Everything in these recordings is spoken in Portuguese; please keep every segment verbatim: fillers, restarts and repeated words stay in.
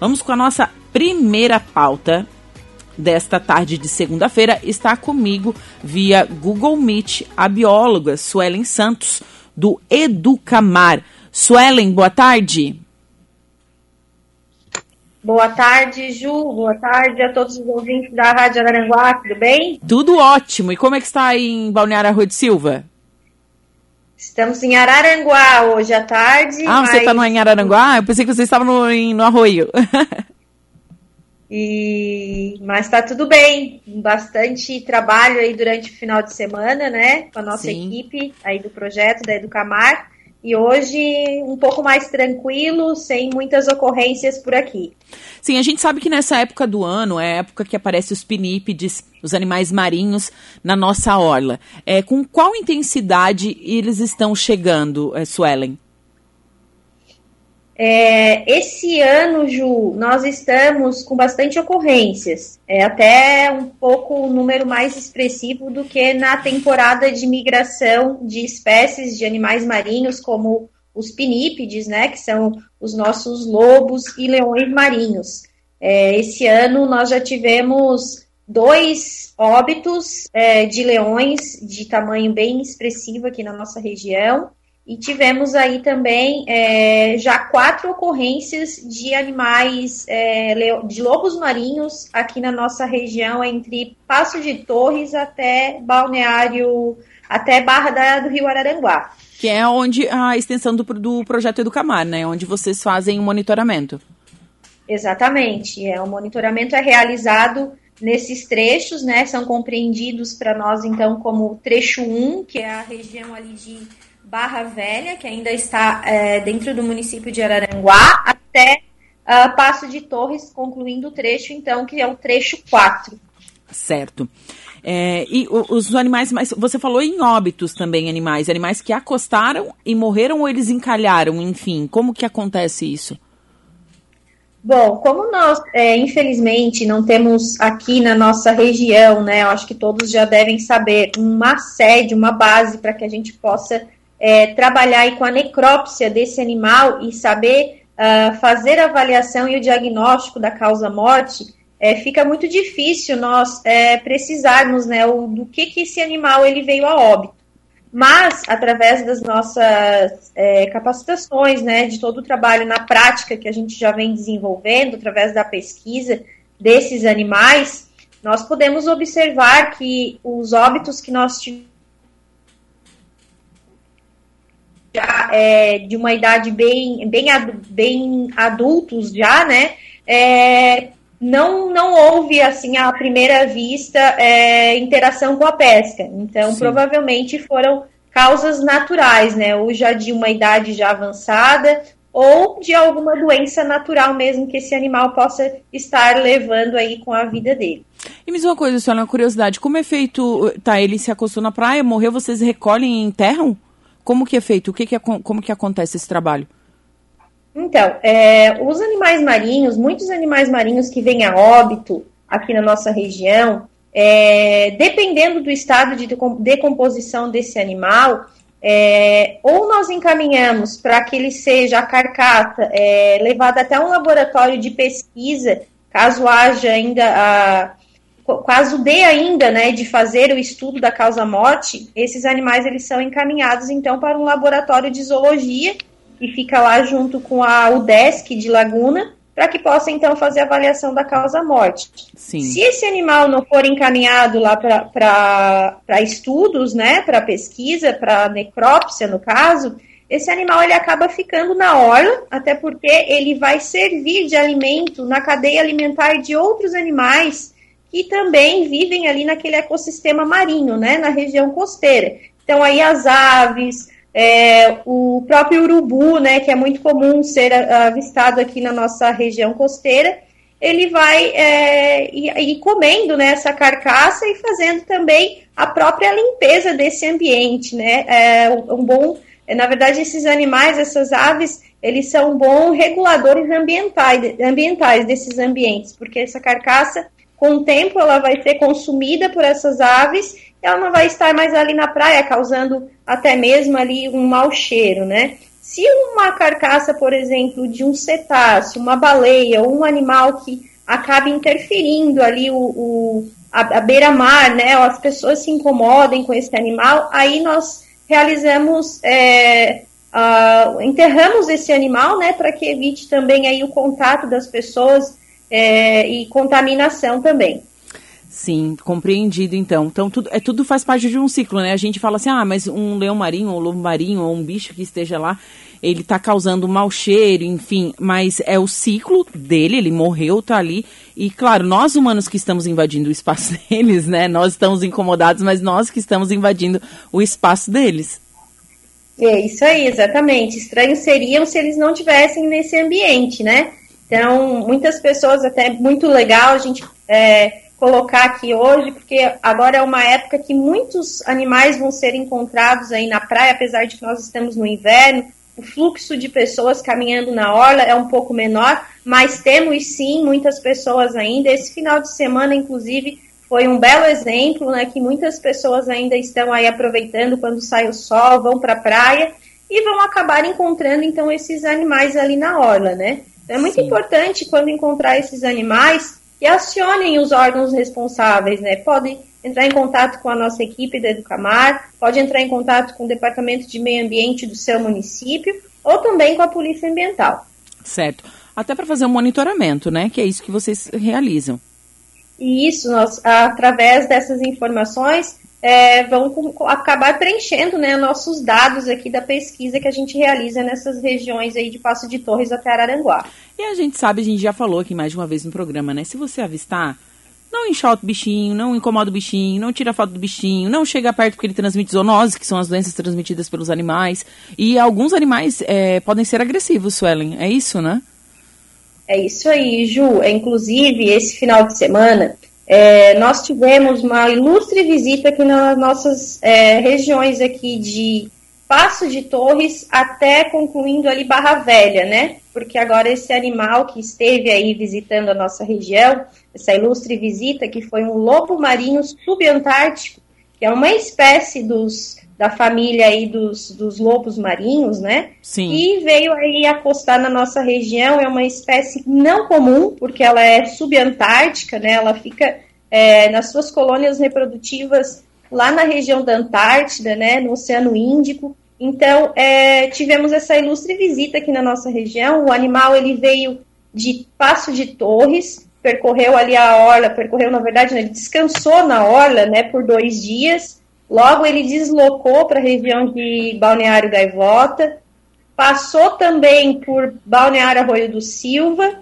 Vamos com a nossa primeira pauta desta tarde de segunda-feira. Está comigo via Google Meet a bióloga Suelen Santos, do Educamar. Suelen, boa tarde. Boa tarde, Ju. Boa tarde a todos os ouvintes da Rádio Araranguá, tudo bem? Tudo ótimo. E como é que está aí em Balneário Arroio de Silva? Estamos em Araranguá hoje à tarde. Ah, mas... você está em Araranguá? Eu pensei que você estava no, no Arroio. E... Mas está tudo bem. Bastante trabalho aí durante o final de semana, né? Com a nossa Sim. equipe aí do projeto da Educamar. E hoje um pouco mais tranquilo, sem muitas ocorrências por aqui. Sim, a gente sabe que nessa época do ano é a época que aparecem os pinípedes, os animais marinhos, na nossa orla. É, com qual intensidade eles estão chegando, é, Suelen? É, esse ano, Ju, nós estamos com bastante ocorrências. É até um pouco um número mais expressivo do que na temporada de migração de espécies de animais marinhos, como os pinípedes, né, que são os nossos lobos e leões marinhos. É, esse ano nós já tivemos dois óbitos é, de leões de tamanho bem expressivo aqui na nossa região. E tivemos aí também é, já quatro ocorrências de animais, é, de lobos marinhos aqui na nossa região, entre Passo de Torres até Balneário, até Barra da, do Rio Araranguá. Que é onde a extensão do, do projeto Educamar, né? Onde vocês fazem o monitoramento. Exatamente. É, o monitoramento é realizado nesses trechos, né? São compreendidos para nós, então, como trecho um, que é a região ali de Barra Velha, que ainda está é, dentro do município de Araranguá, até uh, Passo de Torres, concluindo o trecho, então, que é o trecho quatro. Certo. É, e os animais, mas você falou em óbitos também, animais, animais que acostaram e morreram ou eles encalharam, enfim, como que acontece isso? Bom, como nós, é, infelizmente, não temos aqui na nossa região, né, eu acho que todos já devem saber, uma sede, uma base para que a gente possa É, trabalhar aí com a necrópsia desse animal e saber uh, fazer a avaliação e o diagnóstico da causa-morte, é, fica muito difícil nós é, precisarmos, né, o, do que, que esse animal ele veio a óbito. Mas, através das nossas é, capacitações, né, de todo o trabalho na prática que a gente já vem desenvolvendo, através da pesquisa desses animais, nós podemos observar que os óbitos que nós tivemos já é, de uma idade bem, bem, bem adultos já, né, é, não, não houve, assim, à primeira vista, é, interação com a pesca. Então, Sim. provavelmente foram causas naturais, né, ou já de uma idade já avançada, ou de alguma doença natural mesmo que esse animal possa estar levando aí com a vida dele. E me diz uma coisa, senhora, uma curiosidade, como é feito, tá, ele se acostou na praia, morreu, vocês recolhem e enterram? Como que é feito? O que que é, como que acontece esse trabalho? Então, é, os animais marinhos, muitos animais marinhos que vêm a óbito aqui na nossa região, é, dependendo do estado de decomposição desse animal, é, ou nós encaminhamos para que ele seja a carcaça é, levada até um laboratório de pesquisa, caso haja ainda a... Caso dê ainda, né, de fazer o estudo da causa-morte, esses animais eles são encaminhados, então, para um laboratório de zoologia, que fica lá junto com a UDESC de Laguna, para que possa, então, fazer a avaliação da causa-morte. Se esse animal não for encaminhado lá para estudos, né, para pesquisa, para necrópsia, no caso, esse animal ele acaba ficando na orla, até porque ele vai servir de alimento na cadeia alimentar de outros animais que também vivem ali naquele ecossistema marinho, né, na região costeira. Então, aí as aves, é, o próprio urubu, né, que é muito comum ser avistado aqui na nossa região costeira, ele vai é, ir, ir comendo, né, essa carcaça e fazendo também a própria limpeza desse ambiente, né. É, um bom, na verdade, esses animais, essas aves, eles são bons reguladores ambientais, ambientais desses ambientes, porque essa carcaça, com o tempo, ela vai ser consumida por essas aves, ela não vai estar mais ali na praia, causando até mesmo ali um mau cheiro, né? Se uma carcaça, por exemplo, de um cetáceo, uma baleia, ou um animal que acaba interferindo ali o, o, a, a beira-mar, né, ou as pessoas se incomodem com esse animal, aí nós realizamos, é, uh, enterramos esse animal, né, para que evite também aí o contato das pessoas é, e contaminação também. Sim, compreendido então. Então tudo, é, tudo faz parte de um ciclo, né? A gente fala assim, ah, mas um leão marinho, um lobo marinho, ou um bicho que esteja lá, ele está causando um mau cheiro, enfim, mas é o ciclo dele, ele morreu, tá ali, e claro, nós humanos que estamos invadindo o espaço deles, né, nós estamos incomodados, mas nós que estamos invadindo o espaço deles. É isso aí, exatamente. Estranhos seriam se eles não tivessem nesse ambiente, né? Então, muitas pessoas, até muito legal a gente é, colocar aqui hoje, porque agora é uma época que muitos animais vão ser encontrados aí na praia, apesar de que nós estamos no inverno. O fluxo de pessoas caminhando na orla é um pouco menor, mas temos sim muitas pessoas ainda. Esse final de semana, inclusive, foi um belo exemplo, né, que muitas pessoas ainda estão aí aproveitando quando sai o sol, vão para a praia e vão acabar encontrando, então, esses animais ali na orla, né? Então, é muito sim. importante, quando encontrar esses animais, que acionem os órgãos responsáveis, né? Podem entrar em contato com a nossa equipe da Educamar, pode entrar em contato com o Departamento de Meio Ambiente do seu município ou também com a Polícia Ambiental. Certo. Até para fazer um monitoramento, né? Que é isso que vocês realizam. E isso, nós, através dessas informações, é, vão acabar preenchendo, né, nossos dados aqui da pesquisa que a gente realiza nessas regiões aí de Passo de Torres até Araranguá. E a gente sabe, a gente já falou aqui mais de uma vez no programa, né? Se você avistar, não enxota o bichinho, não incomoda o bichinho, não tira foto do bichinho, não chega perto porque ele transmite zoonose, que são as doenças transmitidas pelos animais. E alguns animais é, podem ser agressivos, Suelen. É isso, né? É isso aí, Ju. É, inclusive, esse final de semana, é, nós tivemos uma ilustre visita aqui nas nossas é, regiões aqui de Passo de Torres até concluindo ali Barra Velha, né? Porque agora esse animal que esteve aí visitando a nossa região, essa ilustre visita, que foi um lobo marinho subantártico, que é uma espécie dos, da família aí dos, dos lobos marinhos, né? Sim. E veio aí acostar na nossa região, é uma espécie não comum, porque ela é subantártica, né? Ela fica é, nas suas colônias reprodutivas lá na região da Antártida, né? No Oceano Índico. Então, é, tivemos essa ilustre visita aqui na nossa região. O animal, ele veio de Passo de Torres, percorreu ali a orla, percorreu, na verdade, né, ele descansou na orla, né, por dois dias. Logo, ele deslocou para a região de Balneário Gaivota, passou também por Balneário Arroio do Silva,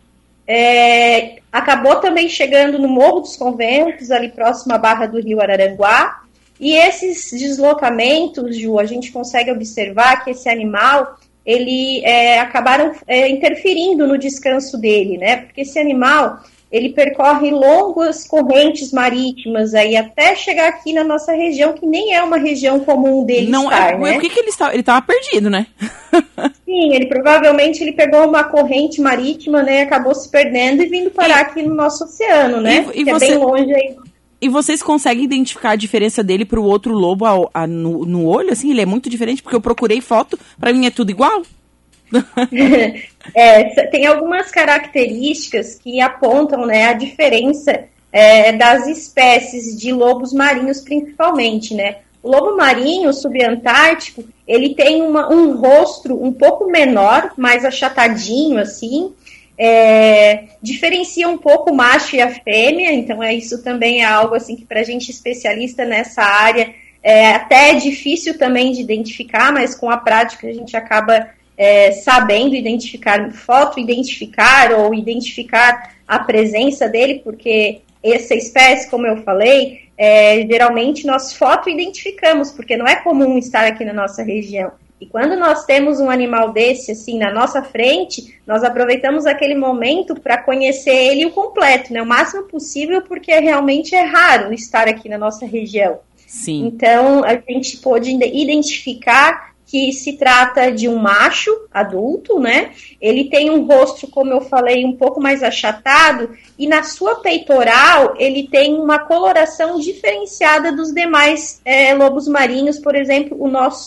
é, acabou também chegando no Morro dos Conventos, ali próximo à Barra do Rio Araranguá. E esses deslocamentos, Ju, a gente consegue observar que esse animal, ele é, acabaram é, interferindo no descanso dele, né? Porque esse animal, ele percorre longas correntes marítimas aí até chegar aqui na nossa região, que nem é uma região comum dele Não estar, é, né? Por que, que ele estava? Ele estava perdido, né? Sim, ele provavelmente ele pegou uma corrente marítima, né? Acabou se perdendo e vindo parar e, aqui no nosso oceano, né? E, e que você... é bem longe aí. E vocês conseguem identificar a diferença dele pro outro lobo a, a, no, no olho, assim? Ele é muito diferente, porque eu procurei foto, pra mim é tudo igual. é, tem algumas características que apontam, né, a diferença é, das espécies de lobos marinhos, principalmente, né? O lobo marinho subantártico, ele tem uma, um rosto um pouco menor, mais achatadinho, assim. É, diferencia um pouco o macho e a fêmea, então é, isso também é algo assim que para a gente especialista nessa área é até é difícil também de identificar, mas com a prática a gente acaba é, sabendo identificar foto, identificar ou identificar a presença dele, porque essa espécie, como eu falei, é, geralmente nós foto identificamos, porque não é comum estar aqui na nossa região. E quando nós temos um animal desse, assim, na nossa frente, nós aproveitamos aquele momento para conhecer ele o completo, né? O máximo possível, porque realmente é raro estar aqui na nossa região. Sim. Então, a gente pôde identificar que se trata de um macho adulto, né? Ele tem um rosto, como eu falei, um pouco mais achatado, e na sua peitoral ele tem uma coloração diferenciada dos demais é, lobos marinhos. Por exemplo, o nosso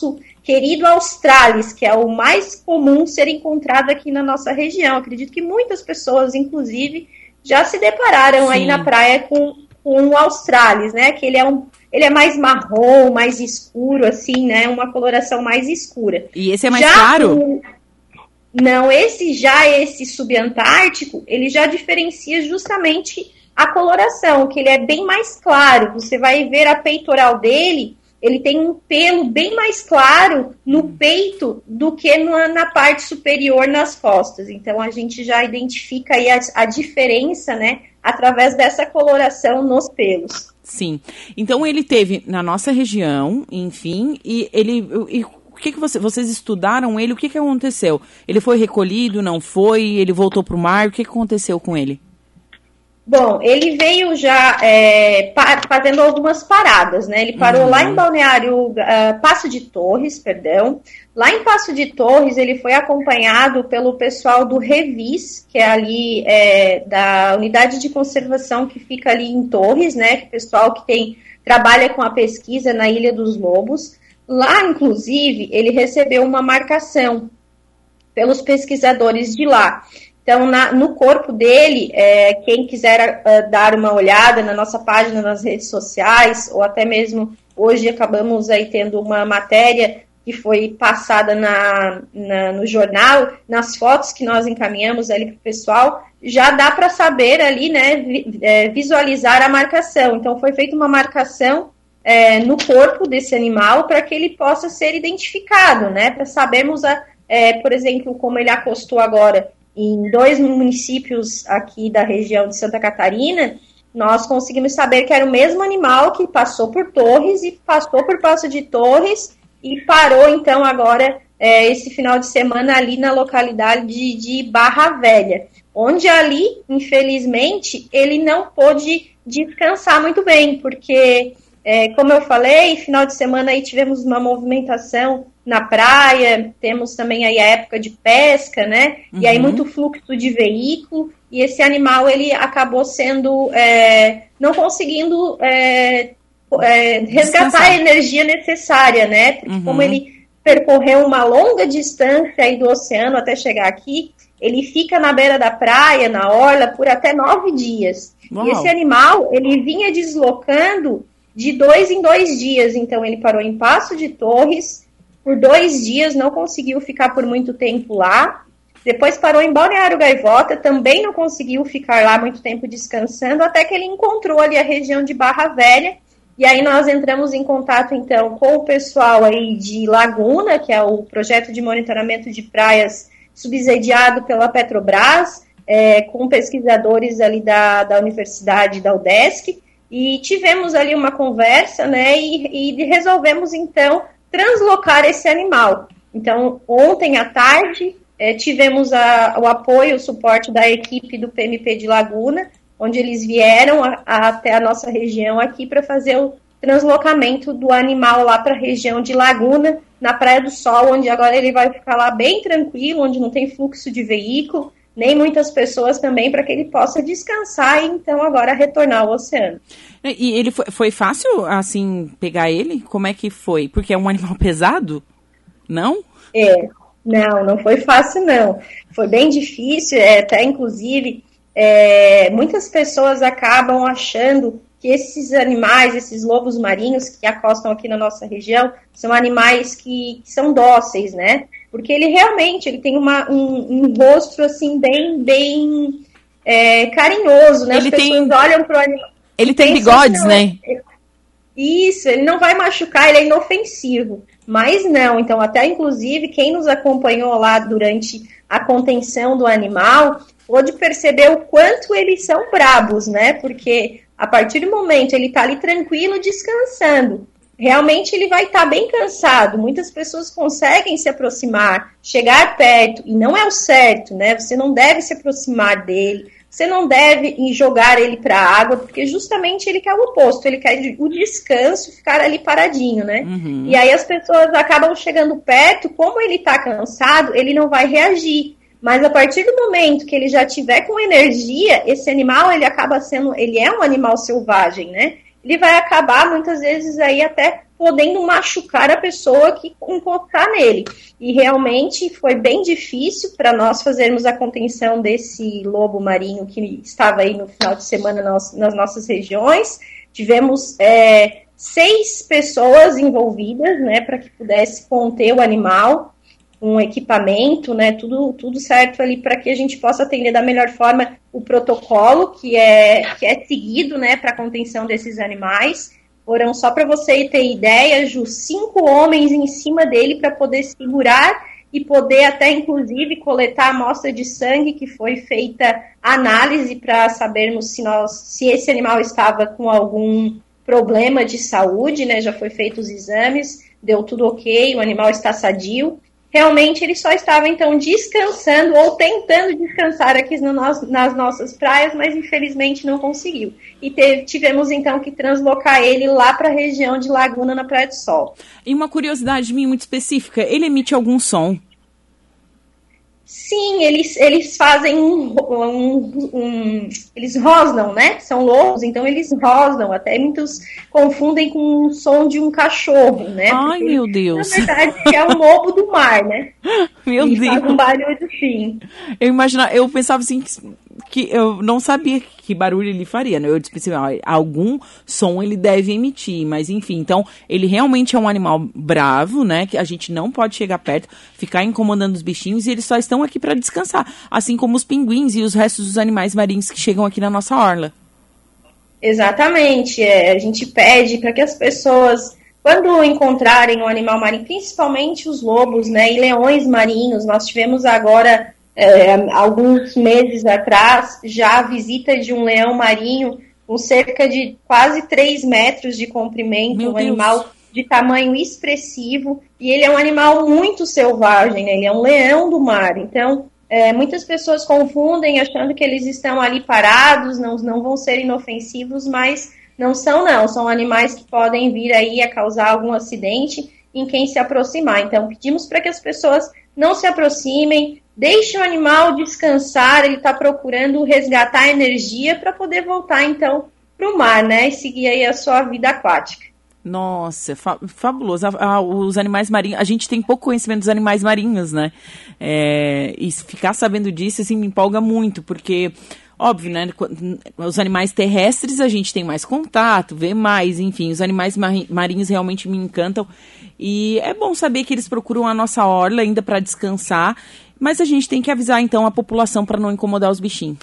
querido australis, que é o mais comum ser encontrado aqui na nossa região. Acredito que muitas pessoas, inclusive, já se depararam Sim. aí na praia com, com o australis, né? Que ele é, um, ele é mais marrom, mais escuro, assim, né? Uma coloração mais escura. E esse é mais já claro? O, não, esse já, esse subantártico, ele já diferencia justamente a coloração, que ele é bem mais claro. Você vai ver a peitoral dele, ele tem um pelo bem mais claro no peito do que na, na parte superior, nas costas. Então, a gente já identifica aí a, a diferença, né, através dessa coloração nos pelos. Sim. Então, ele teve na nossa região, enfim, e ele... E... O que, que você, vocês estudaram ele? O que, que aconteceu? Ele foi recolhido, não foi? Ele voltou para o mar? O que, que aconteceu com ele? Bom, ele veio já é, pa- fazendo algumas paradas, né? Ele parou uhum. lá em Balneário, uh, Passo de Torres, perdão. Lá em Passo de Torres, ele foi acompanhado pelo pessoal do Revis, que é ali é, da unidade de conservação que fica ali em Torres, né? Que é o pessoal que tem, trabalha com a pesquisa na Ilha dos Lobos. Lá, inclusive, ele recebeu uma marcação pelos pesquisadores de lá. Então, na, no corpo dele, é, quem quiser uh, dar uma olhada na nossa página nas redes sociais, ou até mesmo hoje acabamos aí tendo uma matéria que foi passada na, na, no jornal, nas fotos que nós encaminhamos ali para o pessoal, já dá para saber ali, né, vi, é, visualizar a marcação. Então, foi feita uma marcação É, no corpo desse animal para que ele possa ser identificado, né? Para sabermos, a, é, por exemplo, como ele acostou agora em dois municípios aqui da região de Santa Catarina, nós conseguimos saber que era o mesmo animal que passou por Torres e passou por Passo de Torres e parou, então, agora, é, esse final de semana ali na localidade de, de Barra Velha, onde ali, infelizmente, ele não pôde descansar muito bem, porque... É, como eu falei, final de semana aí tivemos uma movimentação na praia, temos também aí a época de pesca, né? Uhum. E aí muito fluxo de veículo, e esse animal ele acabou sendo, é, não conseguindo é, é, resgatar Descansar. a energia necessária, né? Porque uhum. como ele percorreu uma longa distância aí do oceano até chegar aqui, ele fica na beira da praia, na orla, por até nove dias. Uau. E esse animal, ele vinha deslocando de dois em dois dias, então ele parou em Passo de Torres, por dois dias, não conseguiu ficar por muito tempo lá, depois parou em Balneário Gaivota, também não conseguiu ficar lá muito tempo descansando, até que ele encontrou ali a região de Barra Velha, e aí nós entramos em contato, então, com o pessoal aí de Laguna, que é o projeto de monitoramento de praias subsidiado pela Petrobras, é, com pesquisadores ali da, da Universidade da UDESC, e tivemos ali uma conversa, né, e, e resolvemos, então, translocar esse animal. Então, ontem à tarde, é, tivemos a, o apoio, o suporte da equipe do P M P de Laguna, onde eles vieram a, a, até a nossa região aqui para fazer o translocamento do animal lá para a região de Laguna, na Praia do Sol, onde agora ele vai ficar lá bem tranquilo, onde não tem fluxo de veículo, nem muitas pessoas também, para que ele possa descansar e então agora retornar ao oceano. E ele foi, foi fácil, assim, pegar ele? Como é que foi? Porque é um animal pesado? Não? É, não, não foi fácil, não. Foi bem difícil, é, até inclusive, é, muitas pessoas acabam achando que esses animais, esses lobos marinhos que acostam aqui na nossa região, são animais que, que são dóceis, né? Porque ele realmente ele tem uma, um, um rosto assim bem, bem é, carinhoso, né? Ele As pessoas tem... olham pro animal. Ele tem bigodes, não, né? Isso, ele não vai machucar, ele é inofensivo. Mas não, então até inclusive quem nos acompanhou lá durante a contenção do animal pôde perceber o quanto eles são brabos, né? Porque a partir do momento ele tá ali tranquilo, descansando, realmente ele vai estar tá bem cansado. Muitas pessoas conseguem se aproximar, chegar perto, e não é o certo, né? Você não deve se aproximar dele, você não deve jogar ele para a água, porque justamente ele quer o oposto, ele quer o descanso, ficar ali paradinho, né? Uhum. E aí as pessoas acabam chegando perto, como ele está cansado, ele não vai reagir. Mas a partir do momento que ele já tiver com energia, esse animal, ele acaba sendo, ele é um animal selvagem, né? Ele vai acabar, muitas vezes, aí até podendo machucar a pessoa que encostar nele. E realmente foi bem difícil para nós fazermos a contenção desse lobo marinho que estava aí no final de semana nas, nas nossas regiões. Tivemos é, seis pessoas envolvidas, né, para que pudesse conter o animal, um equipamento, né, tudo, tudo certo ali para que a gente possa atender da melhor forma o protocolo que é, que é seguido, né, para a contenção desses animais. Foram, só para você ter ideia, Ju, cinco homens em cima dele para poder segurar e poder até, inclusive, coletar a amostra de sangue, que foi feita análise para sabermos se, nós, se esse animal estava com algum problema de saúde, né? Já foi feito os exames, deu tudo ok, o animal está sadio. Realmente ele só estava, então, descansando ou tentando descansar aqui no nosso, nas nossas praias, mas infelizmente não conseguiu. E teve, tivemos, então, que translocar ele lá para a região de Laguna, na Praia do Sol. E uma curiosidade minha muito específica, ele emite algum som? Sim, eles, eles fazem um, um, um... Eles rosnam, né? São lobos, então eles rosnam. Até muitos confundem com o som de um cachorro, né? Ai, porque, meu Deus. Na verdade, é um lobo do mar, né? Meu e Deus. Faz um barulho, sim. Eu imaginava, eu pensava assim, que, que eu não sabia que barulho ele faria, né? Eu disse assim, ó, algum som ele deve emitir, mas enfim, então ele realmente é um animal bravo, né? Que a gente não pode chegar perto, ficar incomodando os bichinhos, e eles só estão aqui para descansar, assim como os pinguins e os restos dos animais marinhos que chegam aqui na nossa orla. Exatamente, é, a gente pede para que as pessoas, quando encontrarem um animal marinho, principalmente os lobos, né, e leões marinhos, nós tivemos agora, é, alguns meses atrás, já a visita de um leão marinho com cerca de quase três metros de comprimento, Meu um Deus. Animal de tamanho expressivo, e ele é um animal muito selvagem, né, ele é um leão do mar, então... É, muitas pessoas confundem achando que eles estão ali parados, não, não vão ser inofensivos, mas não são não, são animais que podem vir aí a causar algum acidente em quem se aproximar. Então pedimos para que as pessoas não se aproximem, deixem o animal descansar, ele está procurando resgatar energia para poder voltar então para o mar, né, e seguir aí a sua vida aquática. Nossa, fa fabuloso. Ah, os animais marinhos, a gente tem pouco conhecimento dos animais marinhos, né? É, e ficar sabendo disso, assim, me empolga muito, porque, óbvio, né? Os animais terrestres a gente tem mais contato, vê mais, enfim, os animais marinhos realmente me encantam. E é bom saber que eles procuram a nossa orla ainda para descansar, mas a gente tem que avisar, então, a população para não incomodar os bichinhos.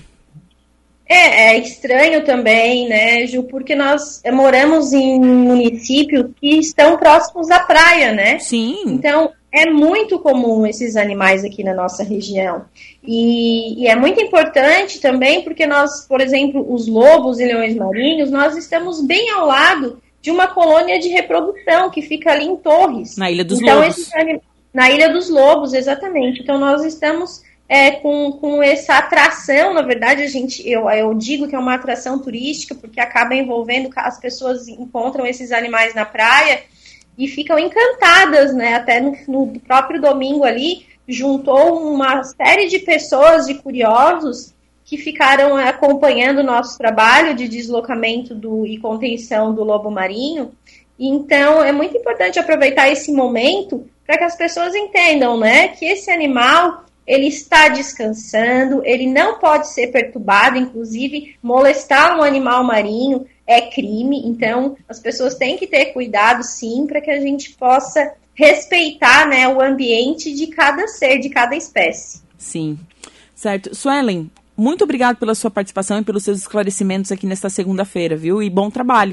É, é estranho também, né, Ju, porque nós moramos em municípios que estão próximos à praia, né? Sim. Então, é muito comum esses animais aqui na nossa região. E, e é muito importante também porque nós, por exemplo, os lobos e leões marinhos, nós estamos bem ao lado de uma colônia de reprodução que fica ali em Torres. Na Ilha dos então, Lobos. Esses, na Ilha dos Lobos, exatamente. Então, nós estamos... É, com, com essa atração, na verdade, a gente, eu, eu digo que é uma atração turística, porque acaba envolvendo, as pessoas encontram esses animais na praia e ficam encantadas, né? Até no, no próprio domingo ali, juntou uma série de pessoas, de curiosos, que ficaram acompanhando o nosso trabalho de deslocamento do, e contenção do lobo marinho. Então, é muito importante aproveitar esse momento para que as pessoas entendam, né, que esse animal... ele está descansando, ele não pode ser perturbado, inclusive molestar um animal marinho é crime, então as pessoas têm que ter cuidado sim, para que a gente possa respeitar, né, o ambiente de cada ser, de cada espécie. Sim, certo. Suelen, muito obrigado pela sua participação e pelos seus esclarecimentos aqui nesta segunda-feira, viu? E bom trabalho.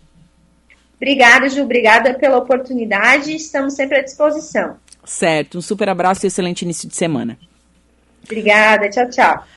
Obrigada, Ju, obrigada pela oportunidade, estamos sempre à disposição. Certo, um super abraço e excelente início de semana. Obrigada, tchau, tchau.